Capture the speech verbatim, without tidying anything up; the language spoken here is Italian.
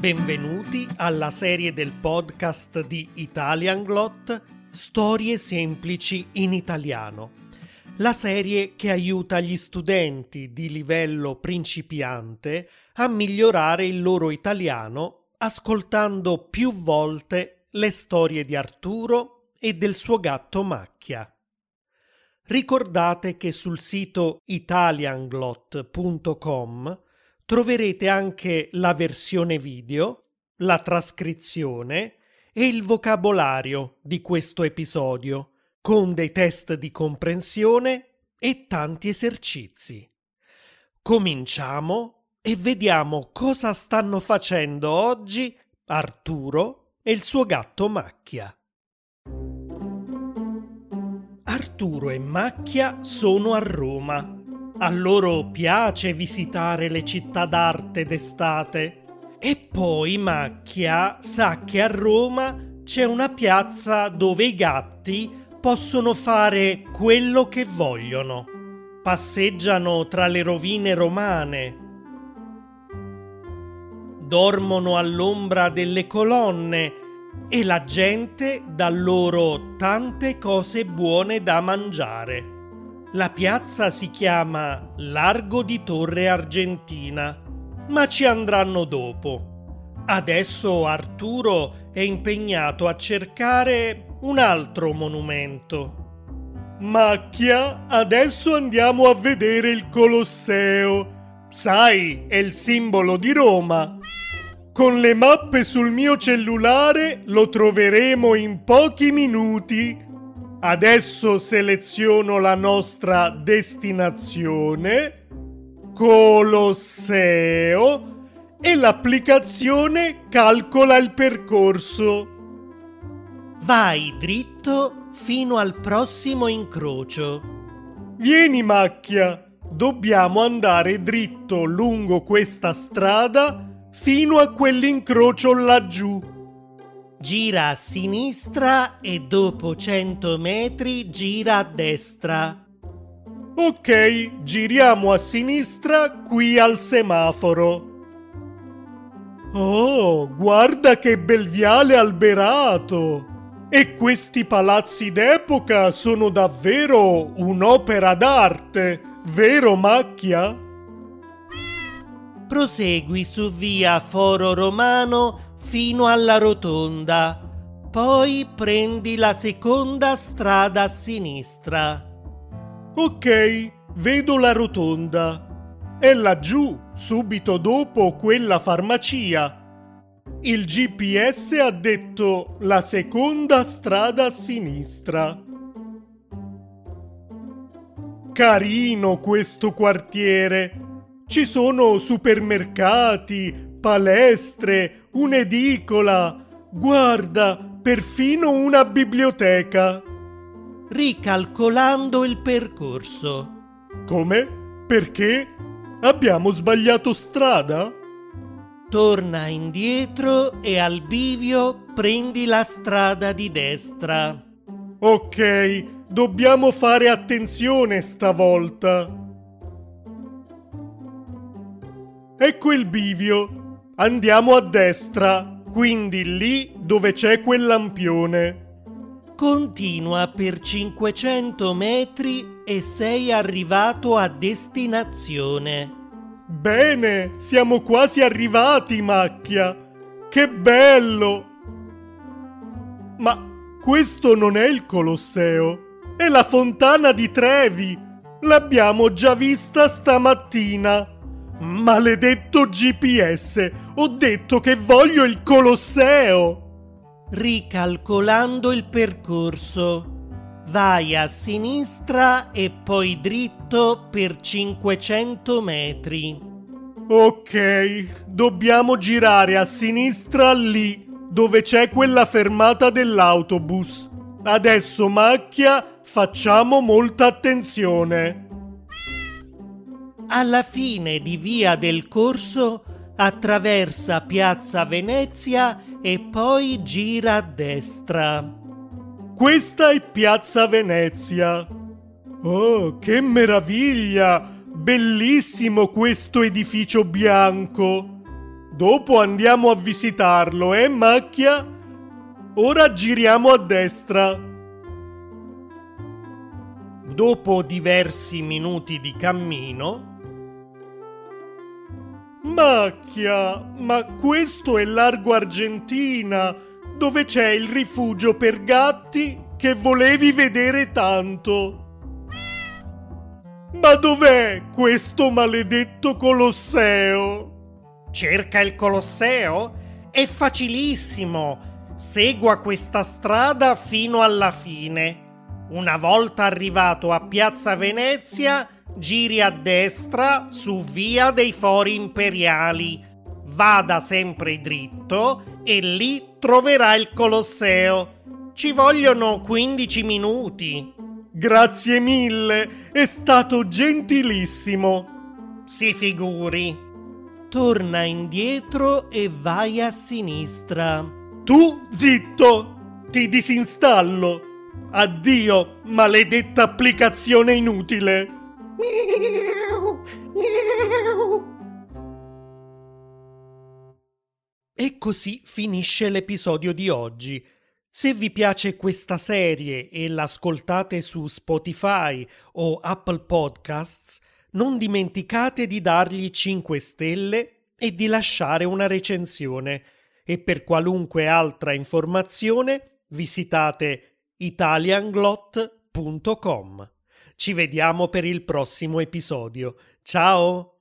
Benvenuti alla serie del podcast di Italianglot Storie semplici in italiano, la serie che aiuta gli studenti di livello principiante a migliorare il loro italiano ascoltando più volte le storie di Arturo e del suo gatto Macchia. Ricordate che sul sito italianglot punto com troverete anche la versione video, la trascrizione e il vocabolario di questo episodio, con dei test di comprensione e tanti esercizi. Cominciamo e vediamo cosa stanno facendo oggi Arturo e il suo gatto Macchia. Arturo e Macchia sono a Roma. A loro piace visitare le città d'arte d'estate. E poi Macchia sa che a Roma c'è una piazza dove i gatti possono fare quello che vogliono. Passeggiano tra le rovine romane, dormono all'ombra delle colonne e la gente dà loro tante cose buone da mangiare. La piazza si chiama Largo di Torre Argentina, ma ci andranno dopo. Adesso Arturo è impegnato a cercare un altro monumento. Macchia, adesso andiamo a vedere il Colosseo. Sai, è il simbolo di Roma. Con le mappe sul mio cellulare lo troveremo in pochi minuti. Adesso seleziono la nostra destinazione, Colosseo, e l'applicazione calcola il percorso. Vai dritto fino al prossimo incrocio. Vieni Macchia, dobbiamo andare dritto lungo questa strada fino a quell'incrocio laggiù. Gira a sinistra e dopo cento metri gira a destra. Ok, giriamo a sinistra qui al semaforo. Oh, guarda che bel viale alberato! E questi palazzi d'epoca sono davvero un'opera d'arte, vero Macchia? Prosegui su via Foro Romano fino alla rotonda, poi prendi la seconda strada a sinistra. Ok, vedo la rotonda. È laggiù, subito dopo quella farmacia. Il G P S ha detto la seconda strada a sinistra. Carino questo quartiere. Ci sono supermercati, palestre, un'edicola, guarda, perfino una biblioteca. Ricalcolando il percorso. Come? Perché? Abbiamo sbagliato strada? Torna indietro e al bivio prendi la strada di destra. Ok, dobbiamo fare attenzione stavolta. Ecco il bivio. Andiamo a destra, quindi lì dove c'è quel lampione. Continua per cinquecento metri e sei arrivato a destinazione. Bene, siamo quasi arrivati, Macchia. Che bello! Ma questo non è il Colosseo, è la Fontana di Trevi. L'abbiamo già vista stamattina. Maledetto G P S, ho detto che voglio il Colosseo! Ricalcolando il percorso, vai a sinistra e poi dritto per cinquecento metri. Ok, dobbiamo girare a sinistra lì, dove c'è quella fermata dell'autobus. Adesso Macchia, facciamo molta attenzione. Alla fine di Via del Corso attraversa Piazza Venezia e poi gira a destra. Questa è Piazza Venezia. Oh, che meraviglia! Bellissimo questo edificio bianco! Dopo andiamo a visitarlo, eh, Macchia? Ora giriamo a destra. Dopo diversi minuti di cammino... Macchia, ma questo è Largo Argentina, dove c'è il rifugio per gatti che volevi vedere tanto. Ma dov'è questo maledetto Colosseo? Cerca il Colosseo? È facilissimo. Segua questa strada fino alla fine. Una volta arrivato a Piazza Venezia, giri a destra su Via dei Fori Imperiali. Vada sempre dritto e lì troverà il Colosseo. Ci vogliono quindici minuti. Grazie mille, è stato gentilissimo. Si figuri. Torna indietro e vai a sinistra. Tu, zitto, ti disinstallo. Addio, maledetta applicazione inutile. E così finisce l'episodio di oggi. Se vi piace questa serie e l'ascoltate su Spotify o Apple Podcasts, non dimenticate di dargli cinque stelle e di lasciare una recensione. E per qualunque altra informazione visitate italianglot punto com. Ci vediamo per il prossimo episodio. Ciao!